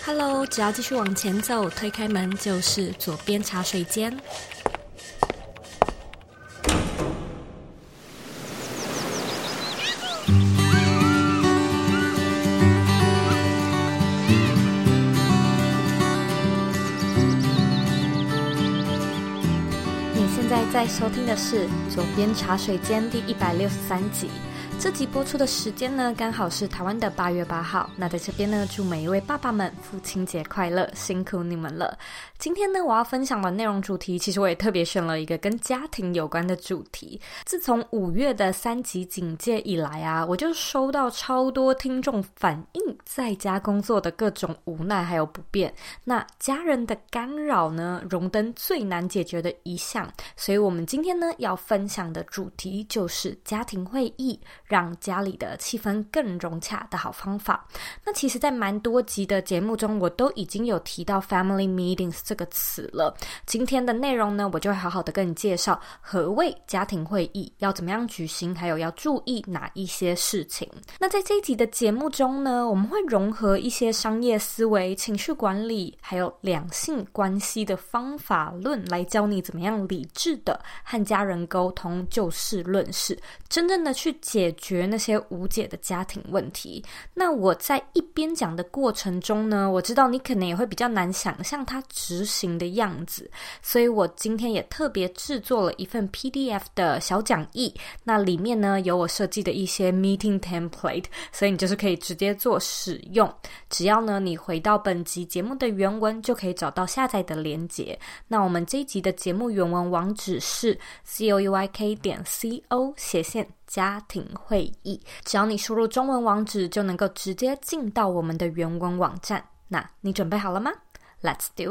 Hello， 只要继续往前走，推开门就是左边茶水间。你现在在收听的是左边茶水间第163集。这集播出的时间呢，刚好是台湾的8月8号。那在这边呢，祝每一位爸爸们父亲节快乐，辛苦你们了。今天呢，我要分享的内容主题，其实我也特别选了一个跟家庭有关的主题。自从5月的3级警戒以来啊，我就收到超多听众反映在家工作的各种无奈还有不便。那家人的干扰呢，荣登最难解决的一项。所以我们今天呢，要分享的主题就是家庭会议，让家里的气氛更融洽的好方法。那其实在蛮多集的节目中，我都已经有提到 family meetings 这个词了。今天的内容呢，我就会好好的跟你介绍何谓家庭会议，要怎么样举行，还有要注意哪一些事情。那在这一集的节目中呢，我们会融合一些商业思维、情绪管理，还有两性关系的方法论，来教你怎么样理智的和家人沟通，就事论事，真正的去解决那些无解的家庭问题。那我在一边讲的过程中呢，我知道你可能也会比较难想象它执行的样子，所以我今天也特别制作了一份 PDF 的小讲义，那里面呢有我设计的一些 meeting template， 所以你就是可以直接做使用。只要呢你回到本集节目的原文，就可以找到下载的连结。那我们这一集的节目原文网址是 couyk.co/ 家庭会议，只要你输入中文网址，就能够直接进到我们的原文网站。那你准备好了吗？ Let's do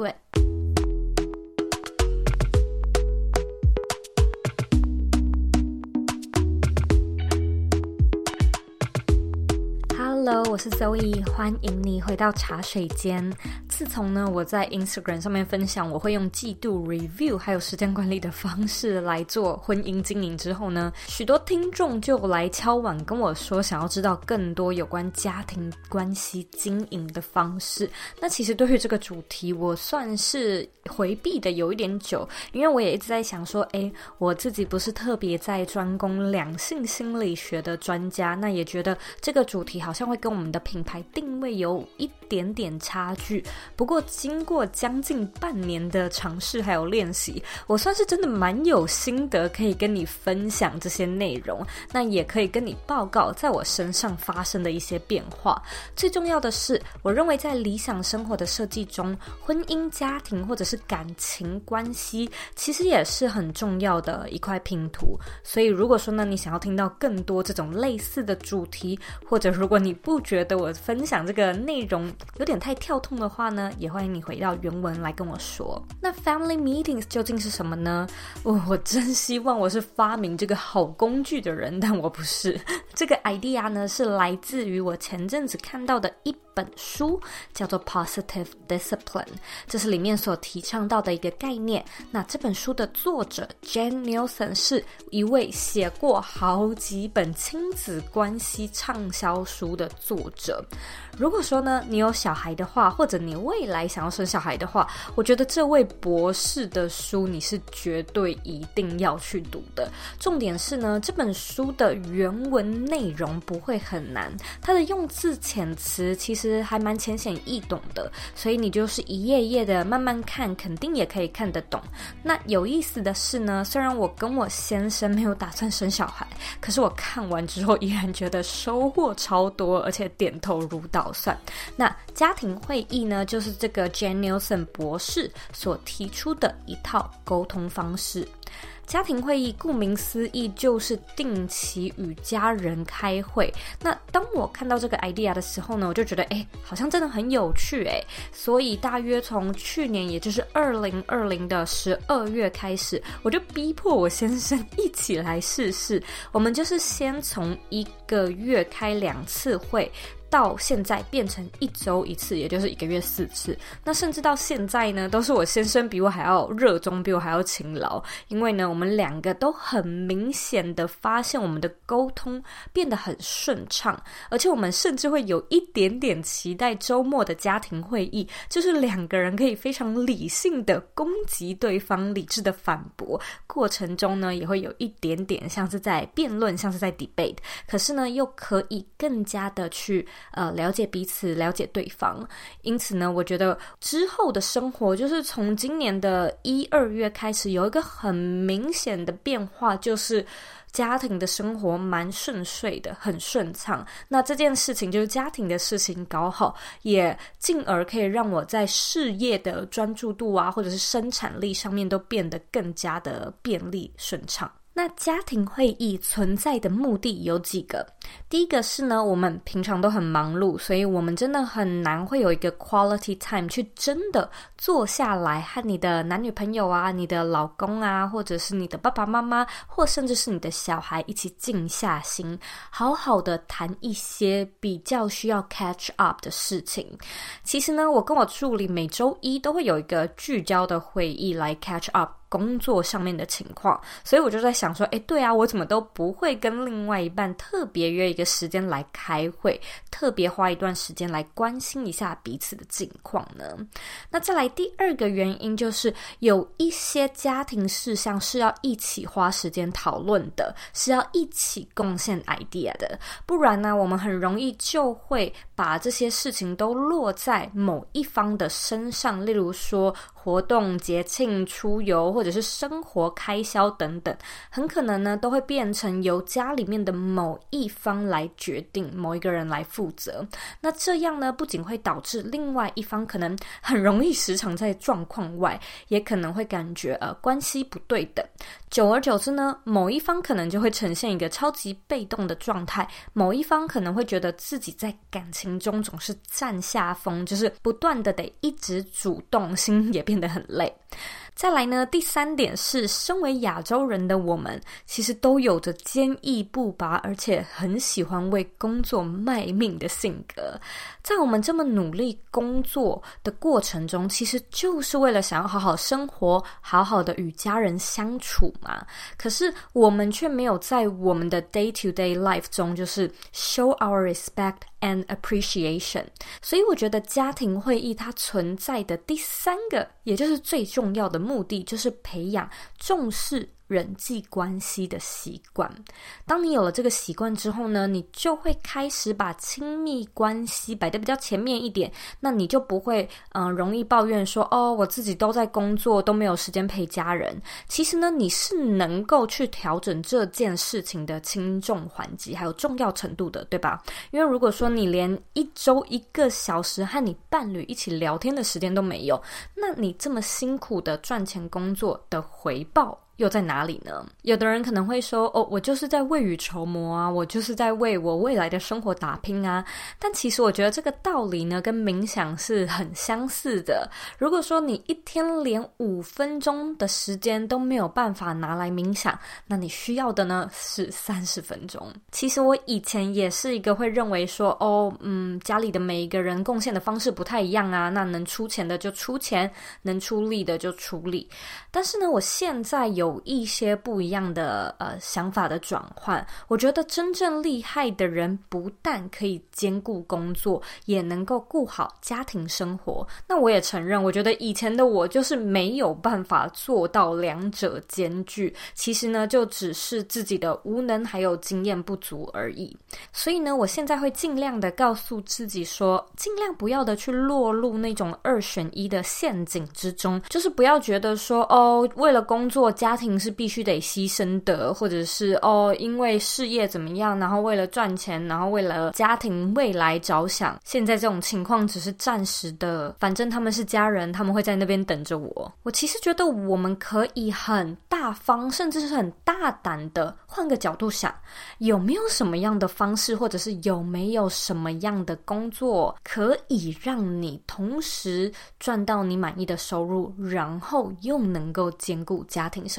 it。Hello， 我是 Zoe， 欢迎你回到茶水间。自从呢我在 Instagram 上面分享我会用季度 review 还有时间管理的方式来做婚姻经营之后呢，许多听众就来敲碗跟我说想要知道更多有关家庭关系经营的方式。那其实对于这个主题我算是回避的有一点久，因为我也一直在想说我自己不是特别在专攻两性心理学的专家，那也觉得这个主题好像会跟我们的品牌定位有一点点差距。不过经过将近半年的尝试还有练习，我算是真的蛮有心得可以跟你分享这些内容，那也可以跟你报告在我身上发生的一些变化。最重要的是，我认为在理想生活的设计中，婚姻家庭或者是感情关系其实也是很重要的一块拼图。所以如果说呢你想要听到更多这种类似的主题，或者如果你不觉得我分享这个内容有点太跳痛的话呢，也欢迎你回到原文来跟我说。那 family meetings 究竟是什么呢？我真希望我是发明这个好工具的人，但我不是。这个 idea 呢是来自于我前阵子看到的一本书，叫做 Positive Discipline， 这是里面所提倡到的一个概念。那这本书的作者 Jen Nielsen 是一位写过好几本亲子关系畅销书的作者。如果说呢你有小孩的话，或者你未来想要生小孩的话，我觉得这位博士的书你是绝对一定要去读的。重点是呢，这本书的原文内容不会很难，它的用字遣词其实还蛮浅显易懂的，所以你就是一页页的慢慢看，肯定也可以看得懂。那有意思的是呢，虽然我跟我先生没有打算生小孩，可是我看完之后依然觉得收获超多，而且点头如捣蒜。那家庭会议呢，就是这个 Jen Nielsen 博士所提出的一套沟通方式。家庭会议顾名思义就是定期与家人开会。那当我看到这个 idea 的时候呢，我就觉得好像真的很有趣所以大约从去年也就是2020的12月开始，我就逼迫我先生一起来试试。我们就是先从1个月开2次会， 到现在变成1周1次，也就是1个月4次。那甚至到现在呢，都是我先生比我还要热衷，比我还要勤劳。因为呢，我们2个都很明显的发现我们的沟通变得很顺畅，而且我们甚至会有一点点期待周末的家庭会议，就是2个人可以非常理性的攻击对方，理智的反驳，过程中呢也会有一点点像是在辩论，像是在 debate， 可是呢又可以更加的去了解彼此，了解对方。因此呢，我觉得之后的生活就是从今年的1、2月开始有一个很明显的变化，就是家庭的生活蛮顺遂的，很顺畅。那这件事情就是家庭的事情搞好，也进而可以让我在事业的专注度啊，或者是生产力上面都变得更加的便利顺畅。那家庭会议存在的目的有几个。第一个是呢，我们平常都很忙碌，所以我们真的很难会有一个 quality time 去真的坐下来和你的男女朋友啊，你的老公啊，或者是你的爸爸妈妈，或甚至是你的小孩一起静下心，好好的谈一些比较需要 catch up 的事情。其实呢，我跟我助理每周1都会有一个聚焦的会议来 catch up工作上面的情况，所以我就在想说，对啊，我怎么都不会跟另外一半特别约一个时间来开会，特别花一段时间来关心一下彼此的近况呢？那再来第2个原因就是有一些家庭事项是要一起花时间讨论的，是要一起贡献 idea 的，不然呢，我们很容易就会把这些事情都落在某一方的身上，例如说活动、节庆、出游，或者是生活开销等等，很可能呢都会变成由家里面的某一方来决定，某一个人来负责。那这样呢，不仅会导致另外一方可能很容易时常在状况外，也可能会感觉关系不对等。久而久之呢，某一方可能就会呈现一个超级被动的状态，某一方可能会觉得自己在感情中总是占下风，就是不断的得一直主动，心也变得很累。再来呢，第3点是，身为亚洲人的我们，其实都有着坚毅不拔，而且很喜欢为工作卖命的性格。在我们这么努力工作的过程中，其实就是为了想要好好生活，好好的与家人相处嘛。可是我们却没有在我们的 day-to-day life 中，就是 show our respect and appreciation。 所以我觉得家庭会议它存在的第3个，也就是最重要的目的，就是培养重视人际关系的习惯。当你有了这个习惯之后呢，你就会开始把亲密关系摆得比较前面一点，那你就不会容易抱怨说我自己都在工作，都没有时间陪家人。其实呢，你是能够去调整这件事情的轻重缓急还有重要程度的，对吧？因为如果说你连1周1个小时和你伴侣一起聊天的时间都没有，那你这么辛苦的赚钱工作的回报又在哪里呢？有的人可能会说我就是在未雨绸缪啊，我就是在为我未来的生活打拼啊。但其实我觉得这个道理呢，跟冥想是很相似的。如果说你一天连5分钟的时间都没有办法拿来冥想，那你需要的呢是30分钟。其实我以前也是一个会认为说家里的每一个人贡献的方式不太一样啊，那能出钱的就出钱，能出力的就出力。但是呢，我现在有一些不一样的想法的转换。我觉得真正厉害的人不但可以兼顾工作，也能够顾好家庭生活。那我也承认，我觉得以前的我就是没有办法做到2者兼具，其实呢就只是自己的无能还有经验不足而已。所以呢，我现在会尽量的告诉自己说，尽量不要的去落入那种2选1的陷阱之中，就是不要觉得说为了工作家庭是必须得牺牲的，或者是因为事业怎么样，然后为了赚钱，然后为了家庭未来着想，现在这种情况只是暂时的，反正他们是家人，他们会在那边等着我。我其实觉得我们可以很大方，甚至是很大胆的换个角度想，有没有什么样的方式，或者是有没有什么样的工作可以让你同时赚到你满意的收入，然后又能够兼顾家庭生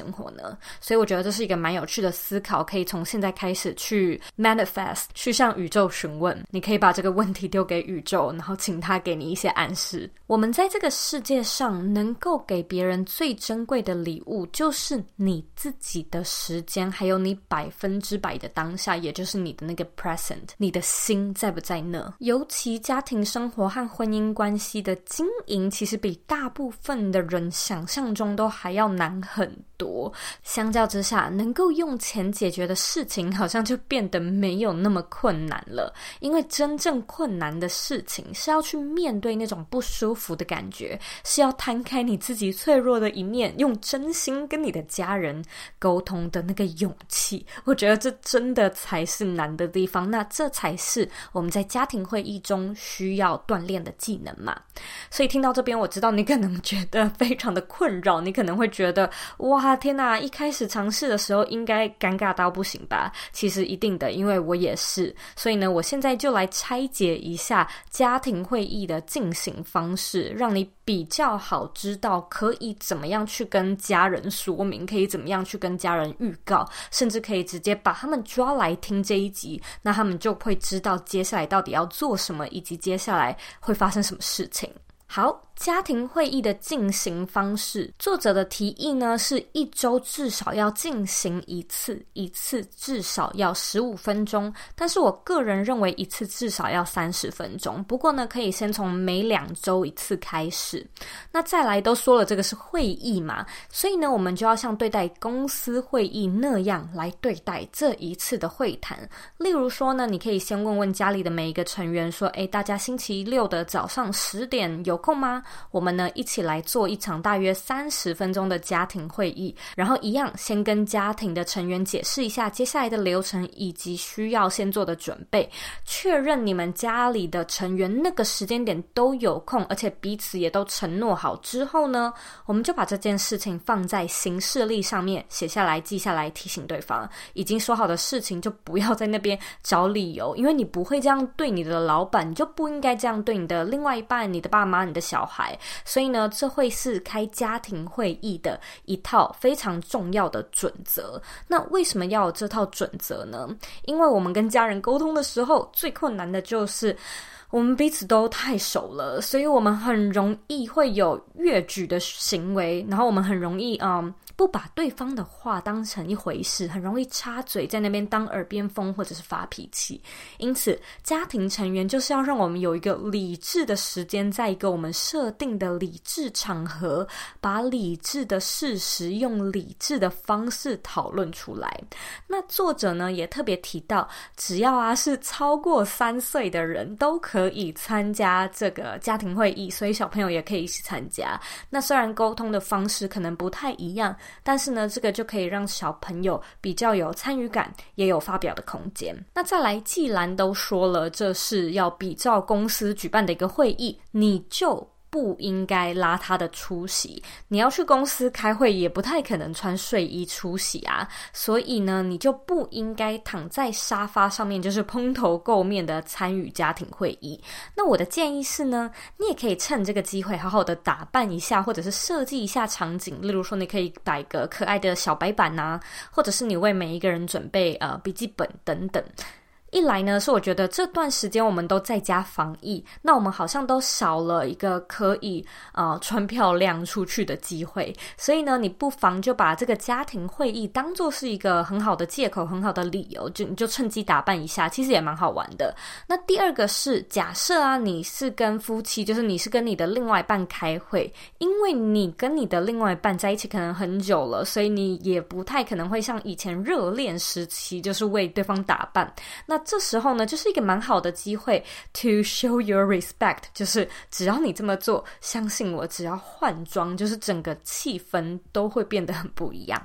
生活呢？所以我觉得这是一个蛮有趣的思考，可以从现在开始去 manifest， 去向宇宙询问。你可以把这个问题丢给宇宙，然后请他给你一些暗示。我们在这个世界上能够给别人最珍贵的礼物，就是你自己的时间，还有你100%的当下，也就是你的那个 present， 你的心在不在那？尤其家庭生活和婚姻关系的经营，其实比大部分的人想象中都还要难很多。相较之下，能够用钱解决的事情好像就变得没有那么困难了，因为真正困难的事情是要去面对那种不舒服的感觉，是要摊开你自己脆弱的一面，用真心跟你的家人沟通的那个勇气。我觉得这真的才是难的地方，那这才是我们在家庭会议中需要锻炼的技能嘛。所以听到这边，我知道你可能觉得非常的困扰，你可能会觉得哇天哪，一开始尝试的时候应该尴尬到不行吧？其实一定的，因为我也是。所以呢，我现在就来拆解一下家庭会议的进行方式，让你比较好知道可以怎么样去跟家人说明，可以怎么样去跟家人预告，甚至可以直接把他们抓来听这一集，那他们就会知道接下来到底要做什么，以及接下来会发生什么事情。好，家庭会议的进行方式，作者的提议呢是1周至少要进行一次，一次至少要15分钟，但是我个人认为一次至少要30分钟，不过呢可以先从每2周一次开始。那再来都说了这个是会议嘛，所以呢我们就要像对待公司会议那样来对待这一次的会谈。例如说呢，你可以先问问家里的每一个成员说，大家星期六的早上10点有空吗？我们呢一起来做一场大约30分钟的家庭会议，然后一样先跟家庭的成员解释一下接下来的流程以及需要先做的准备，确认你们家里的成员那个时间点都有空，而且彼此也都承诺好之后呢，我们就把这件事情放在行事历上面写下来记下来，提醒对方已经说好的事情就不要在那边找理由，因为你不会这样对你的老板，你就不应该这样对你的另外一半，你的爸妈，你的小孩。所以呢，这会是开家庭会议的一套非常重要的准则。那为什么要有这套准则呢？因为我们跟家人沟通的时候，最困难的就是我们彼此都太熟了，所以我们很容易会有越矩的行为，然后我们很容易不把对方的话当成一回事，很容易插嘴在那边当耳边风或者是发脾气。因此家庭成员就是要让我们有一个理智的时间，在一个我们设定的理智场合，把理智的事实用理智的方式讨论出来。那作者呢也特别提到，只要是超过3岁的人都可以参加这个家庭会议，所以小朋友也可以一起参加。那虽然沟通的方式可能不太一样，但是呢这个就可以让小朋友比较有参与感，也有发表的空间。那再来，既然都说了这是要比照公司举办的一个会议，你就不应该邋遢的出席。你要去公司开会，也不太可能穿睡衣出席啊，所以呢你就不应该躺在沙发上面，就是蓬头垢面的参与家庭会议。那我的建议是呢，你也可以趁这个机会好好的打扮一下，或者是设计一下场景。例如说你可以摆个可爱的小白板啊，或者是你为每一个人准备笔记本等等。一来呢是我觉得这段时间我们都在家防疫，那我们好像都少了一个可以穿漂亮出去的机会，所以呢你不妨就把这个家庭会议当作是一个很好的借口，很好的理由，你就趁机打扮一下，其实也蛮好玩的。那第二个是，假设你是跟夫妻，就是你是跟你的另外一半开会，因为你跟你的另外一半在一起可能很久了，所以你也不太可能会像以前热恋时期就是为对方打扮。那这时候呢就是一个蛮好的机会 to show your respect， 就是只要你这么做，相信我，只要换装，就是整个气氛都会变得很不一样。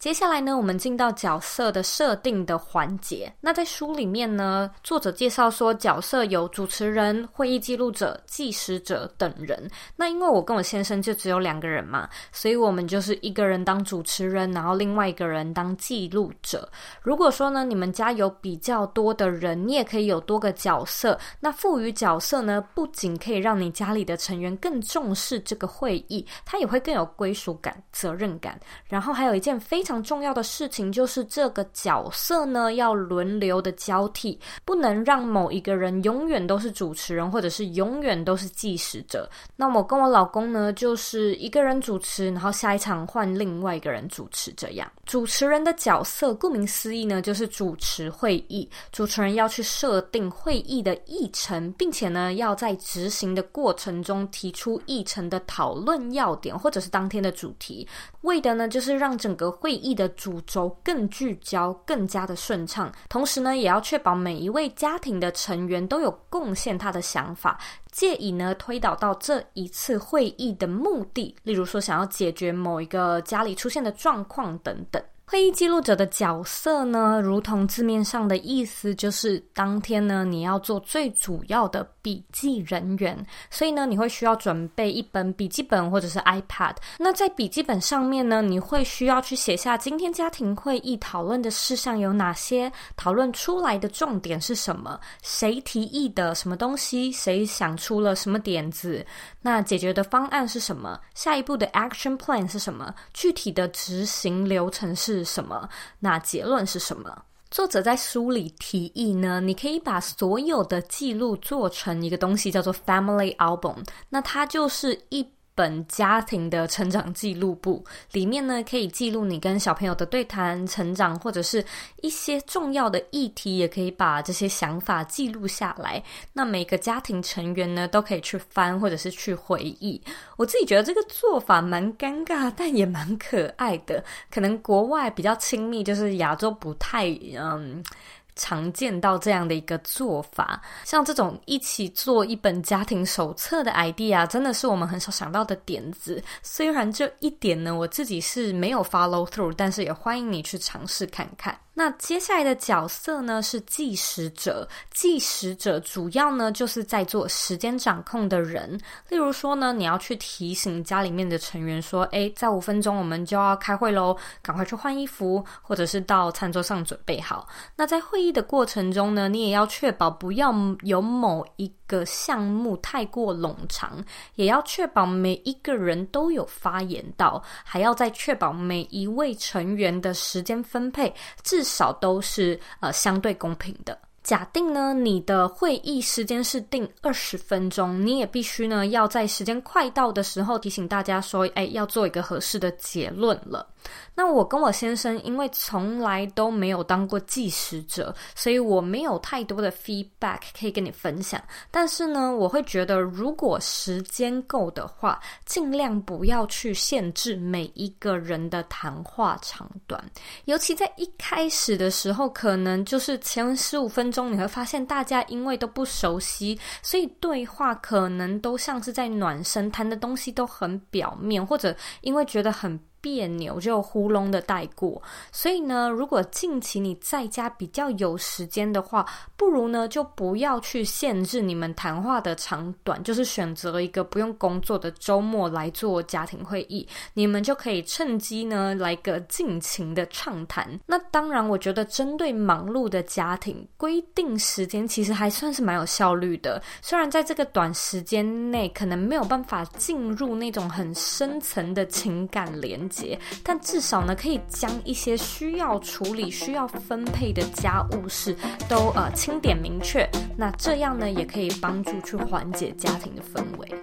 接下来呢，我们进到角色的设定的环节。那在书里面呢，作者介绍说角色有主持人、会议记录者、计时者等人。那因为我跟我先生就只有2个人嘛，所以我们就是一个人当主持人，然后另外一个人当记录者。如果说呢，你们家有比较多的人，你也可以有多个角色。那赋予角色呢，不仅可以让你家里的成员更重视这个会议，它也会更有归属感、责任感。然后还有一件非常重要的事情，就是这个角色呢要轮流的交替，不能让某一个人永远都是主持人，或者是永远都是计时者。那我跟我老公呢，就是一个人主持，然后下一场换另外一个人主持这样。主持人的角色顾名思义呢，就是主持会议。主持人要去设定会议的议程，并且呢要在执行的过程中提出议程的讨论要点，或者是当天的主题，为的呢就是让整个会议的主轴更聚焦，更加的顺畅。同时呢，也要确保每一位家庭的成员都有贡献他的想法，借以呢推导到这一次会议的目的，例如说想要解决某一个家里出现的状况等等。会议记录者的角色呢，如同字面上的意思，就是当天呢你要做最主要的笔记人员，所以呢你会需要准备一本笔记本或者是 iPad。 那在笔记本上面呢，你会需要去写下今天家庭会议讨论的事项有哪些，讨论出来的重点是什么，谁提议的什么东西，谁想出了什么点子，那解决的方案是什么，下一步的 action plan 是什么，具体的执行流程是什么，那结论是什么。作者在书里提议呢，你可以把所有的记录做成一个东西叫做 family album。 那它就是一本家庭的成长记录簿，里面呢可以记录你跟小朋友的对谈、成长，或者是一些重要的议题，也可以把这些想法记录下来。那每个家庭成员呢都可以去翻或者是去回忆。我自己觉得这个做法蛮尴尬，但也蛮可爱的。可能国外比较亲密，就是亚洲不太常见到这样的一个做法。像这种一起做一本家庭手册的 idea 真的是我们很少想到的点子。虽然这一点呢我自己是没有 follow through， 但是也欢迎你去尝试看看。那接下来的角色呢是计时者。计时者主要呢就是在做时间掌控的人。例如说呢，你要去提醒家里面的成员说，在5分钟我们就要开会咯，赶快去换衣服，或者是到餐桌上准备好。那在会议的过程中呢，你也要确保不要有某一个项目太过冗长，也要确保每一个人都有发言到，还要再确保每一位成员的时间分配至少都是相对公平的。假定呢你的会议时间是定20分钟，你也必须呢要在时间快到的时候提醒大家说，要做一个合适的结论了。那我跟我先生因为从来都没有当过计时者，所以我没有太多的 feedback 可以跟你分享。但是呢，我会觉得如果时间够的话，尽量不要去限制每一个人的谈话长短。尤其在一开始的时候，可能就是前15分钟你会发现大家因为都不熟悉，所以对话可能都像是在暖身，谈的东西都很表面，或者因为觉得很别扭就糊弄的带过。所以呢，如果近期你在家比较有时间的话，不如呢就不要去限制你们谈话的长短，就是选择了一个不用工作的周末来做家庭会议，你们就可以趁机呢来个尽情的畅谈。那当然我觉得针对忙碌的家庭，规定时间其实还算是蛮有效率的。虽然在这个短时间内可能没有办法进入那种很深层的情感连结，但至少呢可以将一些需要处理、需要分配的家务事都清点明确。那这样呢也可以帮助去缓解家庭的氛围。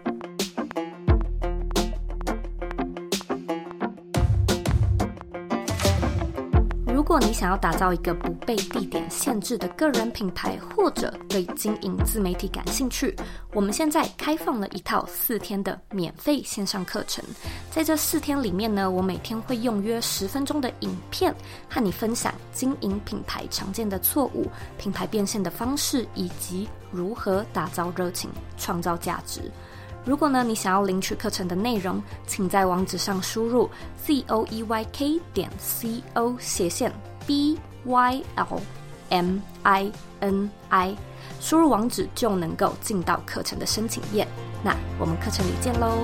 如果你想要打造一个不被地点限制的个人品牌，或者对经营自媒体感兴趣，我们现在开放了一套4天的免费线上课程。在这4天里面呢，我每天会用约10分钟的影片和你分享经营品牌常见的错误、品牌变现的方式，以及如何打造热情、创造价值。 如果呢你想要领取课程的内容，请在网址上输入 zoeyk.co/BYLMINI， 输入网址就能够进到课程的申请页。那我们课程里见咯。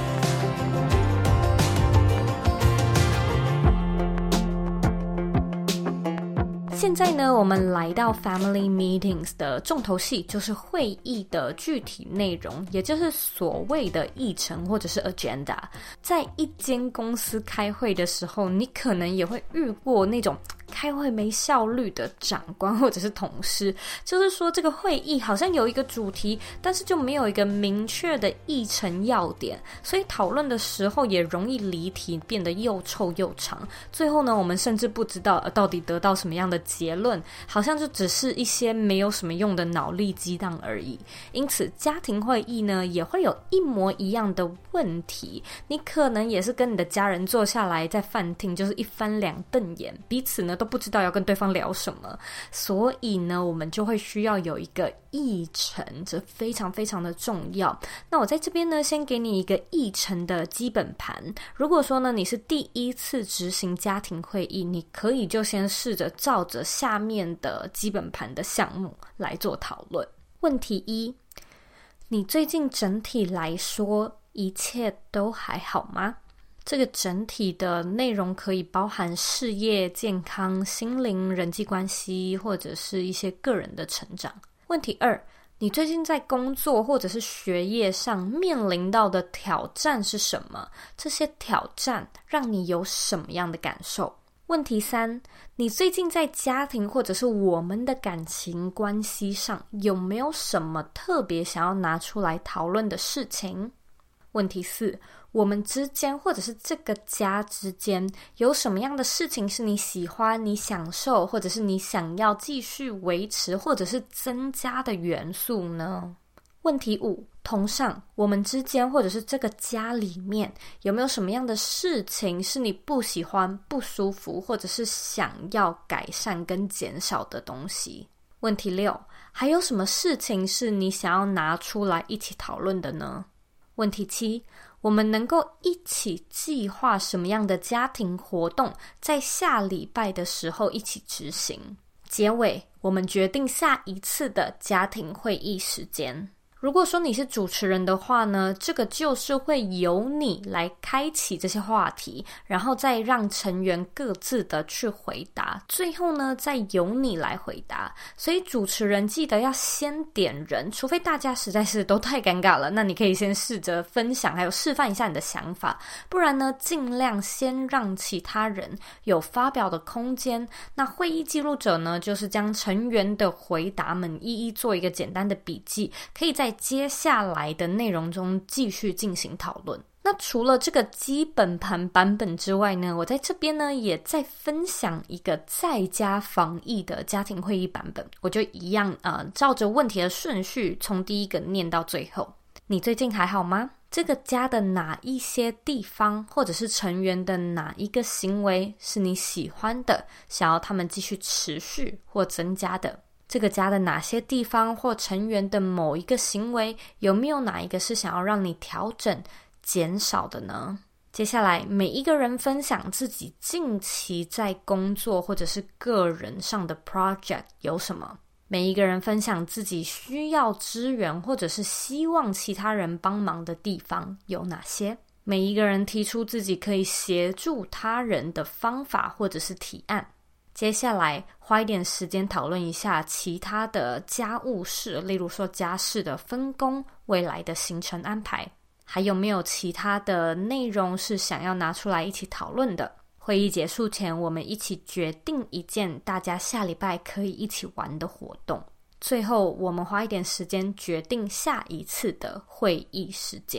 现在呢，我们来到 Family Meetings 的重头戏，就是会议的具体内容，也就是所谓的议程或者是 agenda。在一间公司开会的时候，你可能也会遇过那种开会没效率的长官或者是同事，就是说这个会议好像有一个主题，但是就没有一个明确的议程要点，所以讨论的时候也容易离题，变得又臭又长。最后呢，我们甚至不知道到底得到什么样的结论，好像就只是一些没有什么用的脑力激荡而已。因此家庭会议呢也会有一模一样的问题，你可能也是跟你的家人坐下来在饭厅，就是一翻两瞪眼，彼此呢都不知道要跟对方聊什么，所以呢我们就会需要有一个议程，这非常非常的重要。那我在这边呢先给你一个议程的基本盘，如果说呢你是第一次执行家庭会议，你可以就先试着照着下面的基本盘的项目来做讨论。问题一，你最近整体来说一切都还好吗？这个整体的内容可以包含事业、健康、心灵、人际关系，或者是一些个人的成长。问题二，你最近在工作或者是学业上面临到的挑战是什么？这些挑战让你有什么样的感受？问题三，你最近在家庭或者是我们的感情关系上有没有什么特别想要拿出来讨论的事情？问题四，我们之间或者是这个家之间有什么样的事情是你喜欢、你享受，或者是你想要继续维持或者是增加的元素呢？问题五，同上，我们之间或者是这个家里面有没有什么样的事情是你不喜欢、不舒服，或者是想要改善跟减少的东西？问题六，还有什么事情是你想要拿出来一起讨论的呢？问题七，我们能够一起计划什么样的家庭活动，在下礼拜的时候一起执行。结尾，我们决定下一次的家庭会议时间。如果说你是主持人的话呢，这个就是会由你来开启这些话题，然后再让成员各自的去回答，最后呢再由你来回答。所以主持人记得要先点人，除非大家实在是都太尴尬了，那你可以先试着分享还有示范一下你的想法，不然呢尽量先让其他人有发表的空间。那会议记录者呢，就是将成员的回答们一一做一个简单的笔记，可以在接下来的内容中继续进行讨论。那除了这个基本盘版本之外呢，我在这边呢也再分享一个在家防疫的家庭会议版本，我就一样照着问题的顺序从第一个念到最后。你最近还好吗？这个家的哪一些地方或者是成员的哪一个行为是你喜欢的，想要他们继续持续或增加的？这个家的哪些地方或成员的某一个行为，有没有哪一个是想要让你调整、减少的呢？接下来每一个人分享自己近期在工作或者是个人上的 project 有什么，每一个人分享自己需要支援或者是希望其他人帮忙的地方有哪些，每一个人提出自己可以协助他人的方法或者是提案。接下来花一点时间讨论一下其他的家务事，例如说家事的分工、未来的行程安排，还有没有其他的内容是想要拿出来一起讨论的。会议结束前，我们一起决定一件大家下礼拜可以一起玩的活动。最后我们花一点时间决定下一次的会议时间。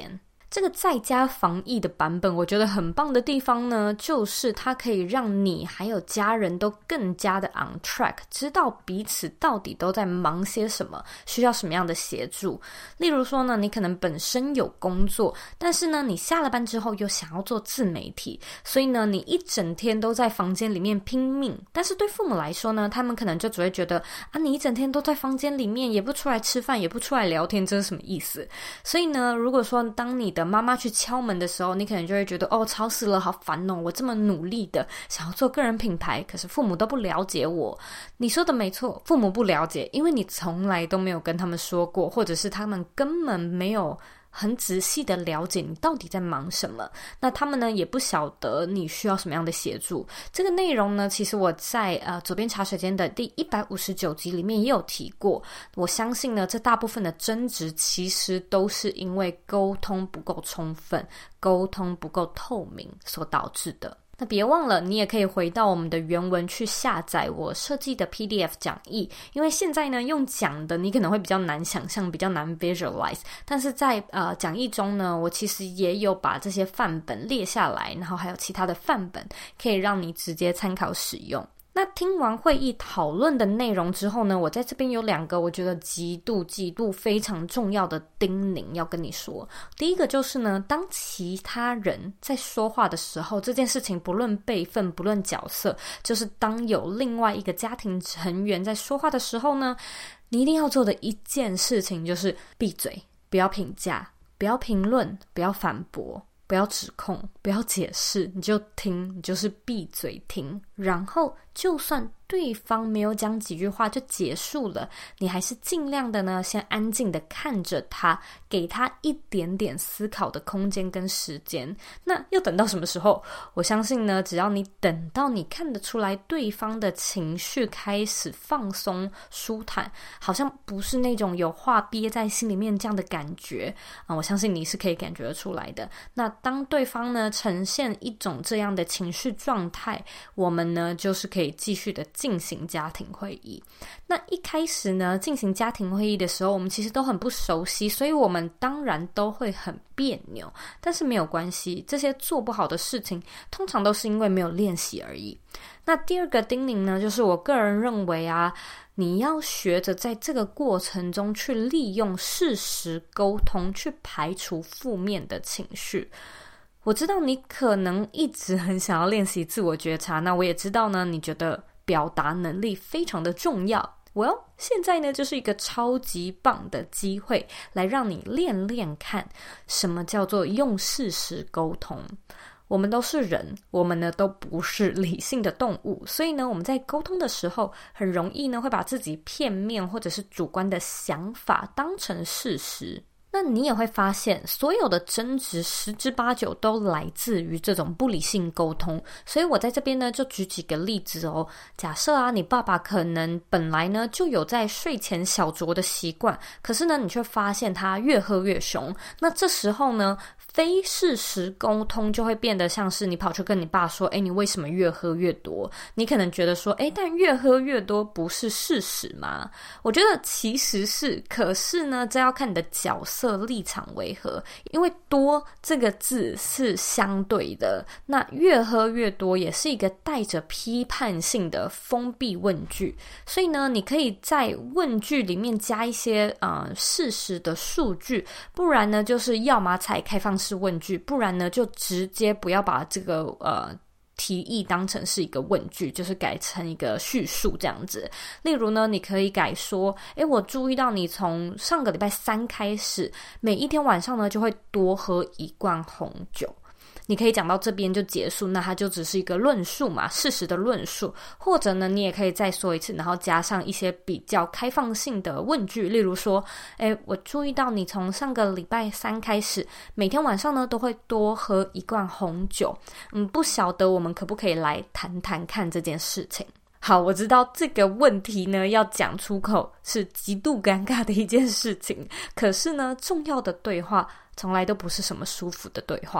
这个在家防疫的版本，我觉得很棒的地方呢，就是它可以让你还有家人都更加的 on track， 知道彼此到底都在忙些什么，需要什么样的协助。例如说呢，你可能本身有工作，但是呢，你下了班之后又想要做自媒体，所以呢，你一整天都在房间里面拼命。但是对父母来说呢，他们可能就只会觉得啊，你一整天都在房间里面，也不出来吃饭，也不出来聊天，这是什么意思？所以呢，如果说当你的妈妈去敲门的时候，你可能就会觉得哦，吵死了，好烦哦，我这么努力的想要做个人品牌，可是父母都不了解我。你说的没错，父母不了解，因为你从来都没有跟他们说过，或者是他们根本没有很仔细的了解你到底在忙什么，那他们呢也不晓得你需要什么样的协助。这个内容呢，其实我在左边茶水间的第159集里面也有提过。我相信呢，这大部分的争执其实都是因为沟通不够充分，沟通不够透明所导致的。那别忘了，你也可以回到我们的原文去下载我设计的 PDF 讲义，因为现在呢用讲的你可能会比较难想象，比较难 visualize， 但是在讲义中呢，我其实也有把这些范本列下来，然后还有其他的范本可以让你直接参考使用。那听完会议讨论的内容之后呢，我在这边有2个我觉得极度非常重要的叮咛要跟你说。第一个就是呢，当其他人在说话的时候，这件事情不论辈分不论角色，就是当有另外一个家庭成员在说话的时候呢，你一定要做的一件事情就是闭嘴，不要评价，不要评论，不要反驳，不要指控，不要解释，你就听，你就是闭嘴听。然后就算对方没有讲几句话就结束了，你还是尽量的呢，先安静的看着他，给他一点点思考的空间跟时间。那要等到什么时候？我相信呢，只要你等到你看得出来对方的情绪开始放松舒坦，好像不是那种有话憋在心里面这样的感觉我相信你是可以感觉得出来的。那当对方呢呈现一种这样的情绪状态，我们呢就是可以继续的进行家庭会议。那一开始呢进行家庭会议的时候，我们其实都很不熟悉，所以我们当然都会很别扭，但是没有关系，这些做不好的事情通常都是因为没有练习而已。那第2个叮咛呢，就是我个人认为你要学着在这个过程中去利用事实沟通，去排除负面的情绪。我知道你可能一直很想要练习自我觉察，那我也知道呢，你觉得表达能力非常的重要。现在呢就是一个超级棒的机会，来让你练练看什么叫做用事实沟通。我们都是人，我们呢都不是理性的动物，所以呢我们在沟通的时候很容易呢会把自己片面或者是主观的想法当成事实。那你也会发现，所有的争执10之8九都来自于这种不理性沟通。所以我在这边呢就举几个例子假设你爸爸可能本来呢就有在睡前小酌的习惯，可是呢你却发现他越喝越凶，那这时候呢非事实沟通就会变得像是你跑去跟你爸说，你为什么越喝越多？你可能觉得说，但越喝越多不是事实吗？我觉得其实是，可是呢这要看你的角色立场为何，因为多这个字是相对的，那越喝越多也是一个带着批判性的封闭问句，所以呢你可以在问句里面加一些事实的数据，不然呢就是要么采开放式问句，不然呢就直接不要把这个提议当成是一个问句，就是改成一个叙述这样子。例如呢你可以改说，我注意到你从上个礼拜3开始，每一天晚上呢就会多喝1罐红酒。你可以讲到这边就结束，那它就只是一个论述嘛，事实的论述。或者呢你也可以再说一次，然后加上一些比较开放性的问句，例如说我注意到你从上个礼拜3开始，每天晚上呢都会多喝1罐红酒，不晓得我们可不可以来谈谈看这件事情。好，我知道这个问题呢要讲出口是极度尴尬的一件事情，可是呢重要的对话从来都不是什么舒服的对话嘛。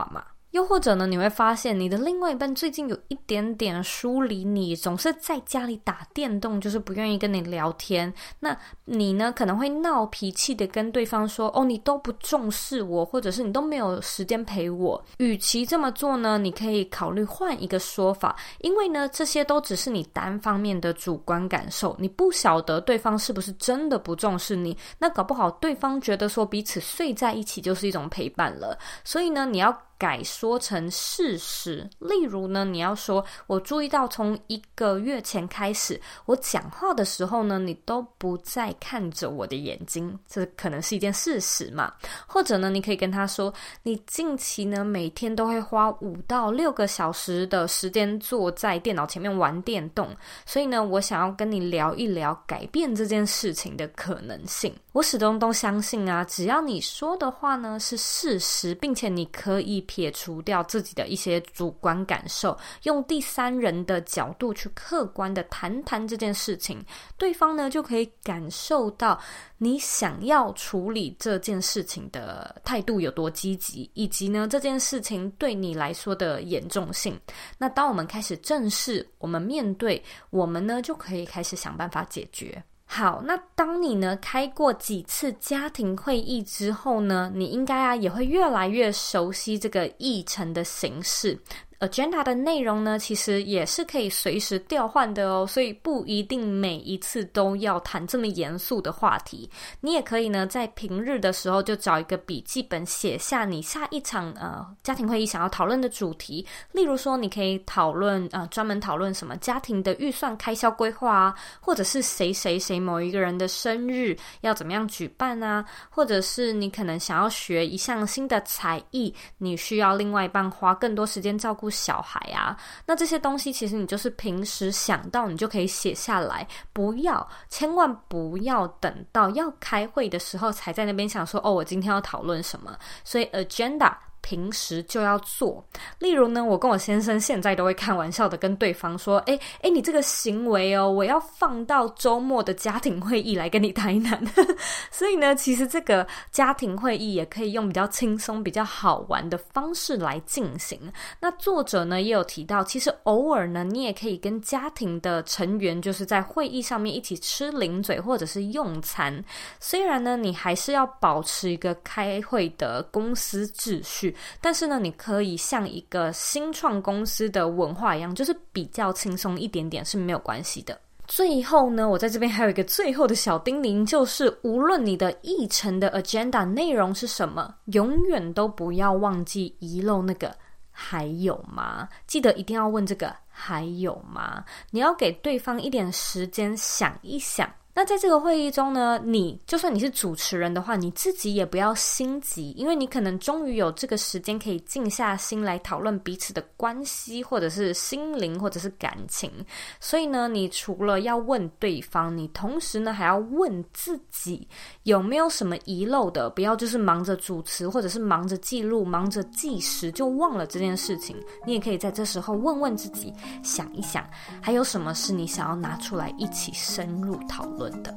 又或者呢，你会发现你的另外一半最近有一点点疏离你，总是在家里打电动，就是不愿意跟你聊天。那你呢，可能会闹脾气的跟对方说，你都不重视我，或者是你都没有时间陪我。与其这么做呢，你可以考虑换一个说法，因为呢，这些都只是你单方面的主观感受，你不晓得对方是不是真的不重视你，那搞不好对方觉得说彼此睡在一起就是一种陪伴了。所以呢，你要改说成事实，例如呢，你要说，我注意到从1个月前开始，我讲话的时候呢，你都不再看着我的眼睛，这可能是一件事实嘛。或者呢，你可以跟他说，你近期呢，每天都会花5到6个小时的时间坐在电脑前面玩电动，所以呢，我想要跟你聊一聊改变这件事情的可能性。我始终都相信啊，只要你说的话呢是事实，并且你可以撇除掉自己的一些主观感受，用第三人的角度去客观的谈谈这件事情，对方呢就可以感受到你想要处理这件事情的态度有多积极，以及呢这件事情对你来说的严重性。那当我们开始正视，我们面对，我们呢就可以开始想办法解决。好，那当你呢开过几次家庭会议之后呢，你应该也会越来越熟悉这个议程的形式。Agenda 的内容呢，其实也是可以随时调换的哦，所以不一定每一次都要谈这么严肃的话题。你也可以呢，在平日的时候就找一个笔记本，写下你下一场家庭会议想要讨论的主题。例如说，你可以讨论专门讨论什么家庭的预算开销规划啊，或者是谁某一个人的生日要怎么样举办啊，或者是你可能想要学一项新的才艺，你需要另外一半花更多时间照顾小孩啊，那这些东西其实你就是平时想到你就可以写下来，千万不要等到要开会的时候才在那边想说我今天要讨论什么。所以 agenda平时就要做。例如呢，我跟我先生现在都会开玩笑的跟对方说，你这个行为我要放到周末的家庭会议来跟你谈一谈。所以呢，其实这个家庭会议也可以用比较轻松比较好玩的方式来进行。那作者呢也有提到，其实偶尔呢你也可以跟家庭的成员就是在会议上面一起吃零嘴或者是用餐，虽然呢你还是要保持一个开会的公司秩序，但是呢你可以像一个新创公司的文化一样，就是比较轻松一点点是没有关系的。最后呢，我在这边还有一个最后的小叮咛，就是无论你的议程的 agenda 内容是什么，永远都不要忘记遗漏那个还有吗？记得一定要问这个还有吗？你要给对方一点时间想一想。那在这个会议中呢，就算你是主持人的话，你自己也不要心急，因为你可能终于有这个时间可以静下心来讨论彼此的关系，或者是心灵，或者是感情。所以呢，你除了要问对方，你同时呢还要问自己有没有什么遗漏的，不要就是忙着主持，或者是忙着记录，忙着计时就忘了这件事情。你也可以在这时候问问自己，想一想还有什么是你想要拿出来一起深入讨论的。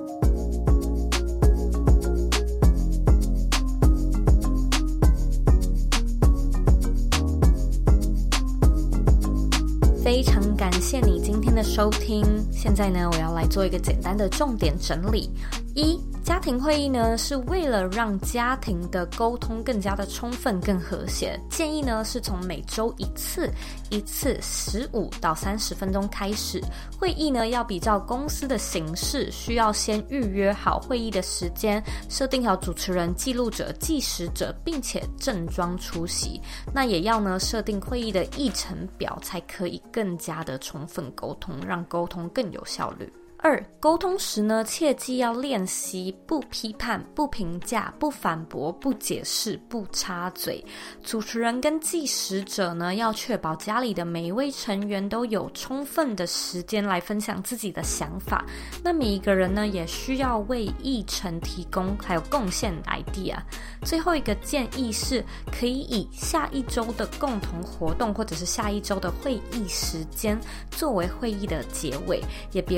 非常感谢你今天的收听，现在呢，我要来做一个简单的重点整理。家庭会议呢是为了让家庭的沟通更加的充分更和谐，建议呢是从每周一次15到30分钟开始。会议呢要比照公司的形式，需要先预约好会议的时间，设定好主持人、记录者、计时者，并且正装出席。那也要呢设定会议的议程表，才可以更加的充分沟通，让沟通更有效率。沟通时呢，切记要练习不批判、不评价、不反驳、不解释、不插嘴。主持人跟计时者呢，要确保家里的每一位成员都有充分的时间来分享自己的想法。那每一个人呢，也需要为议程提供还有贡献 idea。最后一个建议是，可以以下一周的共同活动或者是下一周的会议时间作为会议的结尾，也别忘了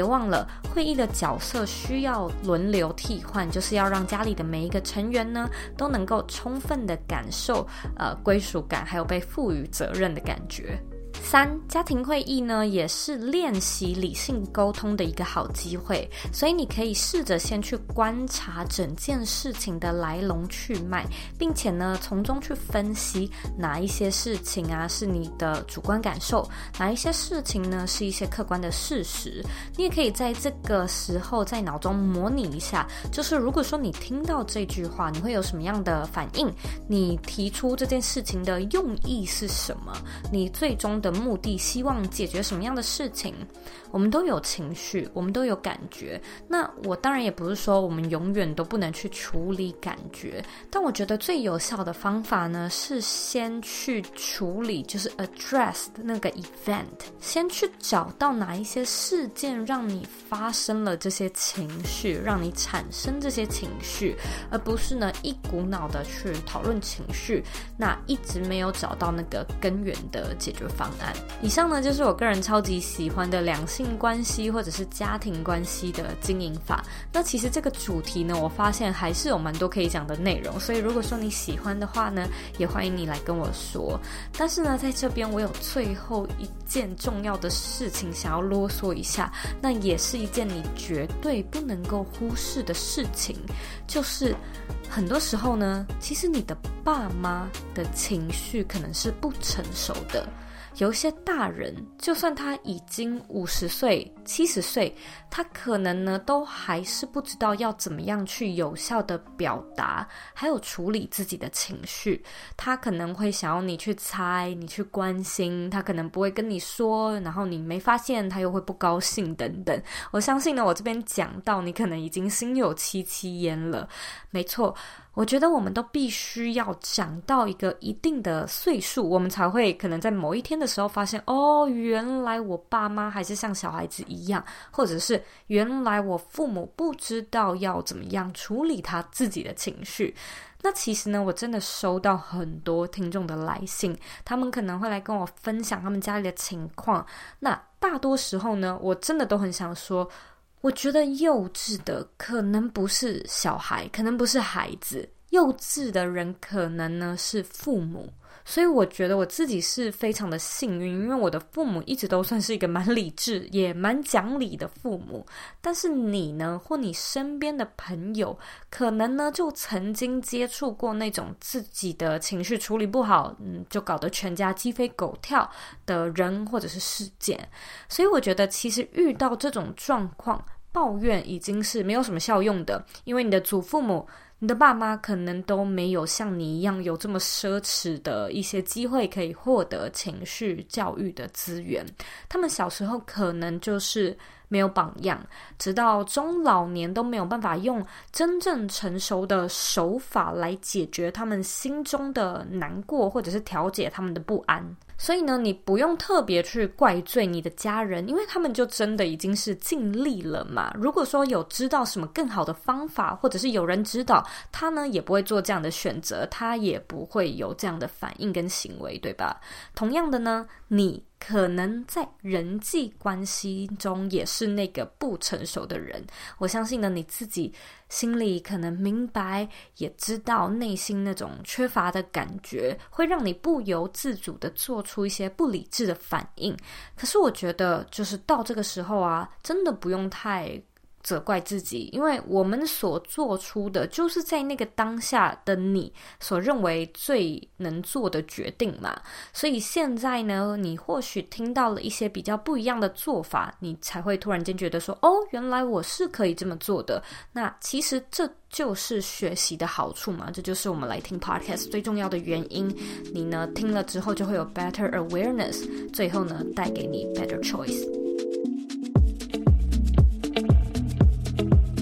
会议的角色需要轮流替换，就是要让家里的每一个成员呢都能够充分的感受归属感，还有被赋予责任的感觉。3，家庭会议呢也是练习理性沟通的一个好机会，所以你可以试着先去观察整件事情的来龙去脉，并且呢从中去分析哪一些事情啊是你的主观感受，哪一些事情呢是一些客观的事实。你也可以在这个时候在脑中模拟一下，就是如果说你听到这句话，你会有什么样的反应？你提出这件事情的用意是什么？你最终的目的希望解决什么样的事情？我们都有情绪，我们都有感觉，那我当然也不是说我们永远都不能去处理感觉，但我觉得最有效的方法呢是先去处理，就是 address 那个 event， 先去找到哪一些事件让你发生了这些情绪，让你产生这些情绪，而不是呢一股脑的去讨论情绪，那一直没有找到那个根源的解决方案。以上呢就是我个人超级喜欢的两性关系或者是家庭关系的经营法。那其实这个主题呢，我发现还是有蛮多可以讲的内容，所以如果说你喜欢的话呢，也欢迎你来跟我说。但是呢，在这边我有最后一件重要的事情想要啰嗦一下，那也是一件你绝对不能够忽视的事情，就是很多时候呢，其实你的爸妈的情绪可能是不成熟的。有一些大人，就算他已经50岁、70岁，他可能呢都还是不知道要怎么样去有效的表达，还有处理自己的情绪。他可能会想要你去猜，你去关心，他可能不会跟你说，然后你没发现，他又会不高兴等等。我相信呢，我这边讲到，你可能已经心有戚戚焉了。没错，我觉得我们都必须要长到一个一定的岁数，我们才会可能在某一天的时候发现，哦，原来我爸妈还是像小孩子一样，或者是原来我父母不知道要怎么样处理他自己的情绪。那其实呢，我真的收到很多听众的来信，他们可能会来跟我分享他们家里的情况。那大多时候呢，我真的都很想说，我觉得幼稚的可能不是小孩，可能不是孩子，幼稚的人可能呢是父母。所以我觉得我自己是非常的幸运，因为我的父母一直都算是一个蛮理智也蛮讲理的父母。但是你呢，或你身边的朋友可能呢就曾经接触过那种自己的情绪处理不好，就搞得全家鸡飞狗跳的人或者是事件。所以我觉得其实遇到这种状况，抱怨已经是没有什么效用的，因为你的祖父母，你的爸妈可能都没有像你一样有这么奢侈的一些机会可以获得情绪教育的资源。他们小时候可能就是没有榜样，直到中老年都没有办法用真正成熟的手法来解决他们心中的难过，或者是调节他们的不安。所以呢，你不用特别去怪罪你的家人，因为他们就真的已经是尽力了嘛。如果说有知道什么更好的方法，或者是有人指导，他呢也不会做这样的选择，他也不会有这样的反应跟行为，对吧？同样的呢，你可能在人际关系中也是那个不成熟的人。我相信呢，你自己心里可能明白，也知道内心那种缺乏的感觉会让你不由自主的做出一些不理智的反应。可是我觉得就是到这个时候啊，真的不用太责怪自己，因为我们所做出的就是在那个当下的你所认为最能做的决定嘛。所以现在呢，你或许听到了一些比较不一样的做法，你才会突然间觉得说，哦，原来我是可以这么做的。那其实这就是学习的好处嘛，这就是我们来听 podcast 最重要的原因。你呢听了之后就会有 better awareness， 最后呢带给你 better choice。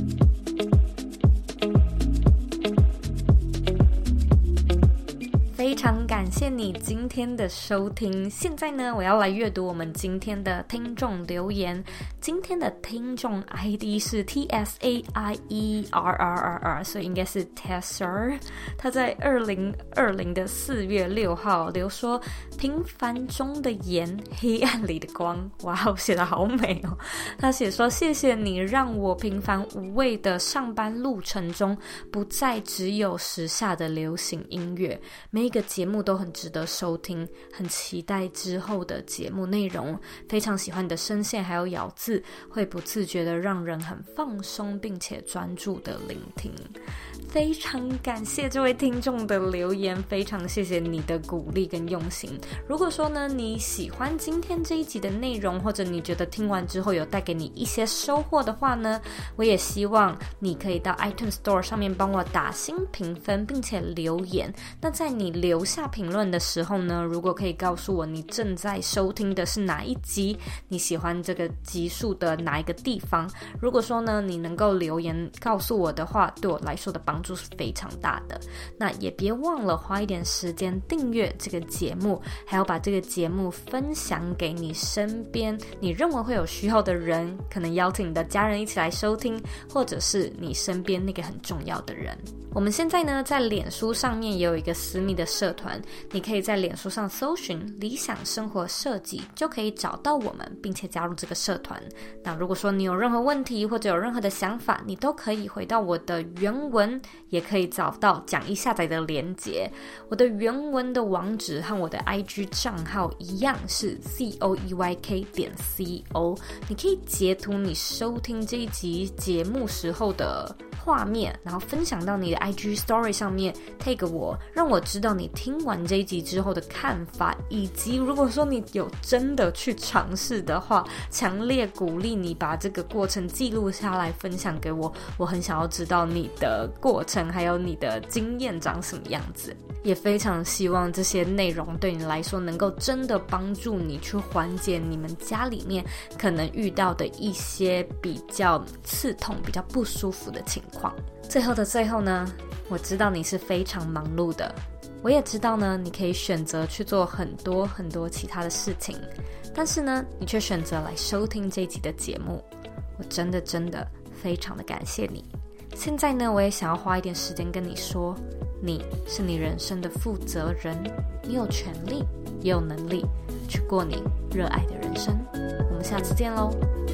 非常感谢你今天的收听。现在呢，我要来阅读我们今天的听众留言。今天的听众 ID 是 TSAIERRRR， 所以应该是 Tesser。他在2020的4月6号留说：平凡中的盐，黑暗里的光。哇，写得好美哦。他写说：谢谢你让我平凡无味的上班路程中不再只有时下的流行音乐，每一个节目都很值得收听，很期待之后的节目内容，非常喜欢你的声线还有咬字，会不自觉的让人很放松并且专注的聆听。非常感谢这位听众的留言，非常谢谢你的鼓励跟用心。如果说呢你喜欢今天这一集的内容，或者你觉得听完之后有带给你一些收获的话呢，我也希望你可以到 iTunes Store 上面帮我打星评分并且留言。那在你留下评论的时候呢，如果可以告诉我你正在收听的是哪一集，你喜欢这个集数的哪一个地方，如果说呢你能够留言告诉我的话，对我来说的帮助是非常大的。那也别忘了花一点时间订阅这个节目，还要把这个节目分享给你身边你认为会有需要的人，可能邀请你的家人一起来收听，或者是你身边那个很重要的人。我们现在呢在脸书上面也有一个私密的社团，你可以在脸书上搜寻理想生活设计，就可以找到我们并且加入这个社团。那如果说你有任何问题或者有任何的想法，你都可以回到我的原文，也可以找到讲义下载的连结。我的原文的网址和我的 IG 账号一样是 coeyk.co， 你可以截图你收听这一集节目时候的画面，然后分享到你的 IG Story 上面 tag 我，让我知道你听完这一集之后的看法，以及如果说你有真的去尝试的话，强烈鼓励你把这个过程记录下来分享给我，我很想要知道你的过程还有你的经验长什么样子。也非常希望这些内容对你来说能够真的帮助你去缓解你们家里面可能遇到的一些比较刺痛比较不舒服的情况。最后的最后呢，我知道你是非常忙碌的，我也知道呢你可以选择去做很多很多其他的事情，但是呢你却选择来收听这一集的节目，我真的非常的感谢你。现在呢我也想要花一点时间跟你说，你是你人生的负责人，你有权利也有能力去过你热爱的人生。我们下次见咯。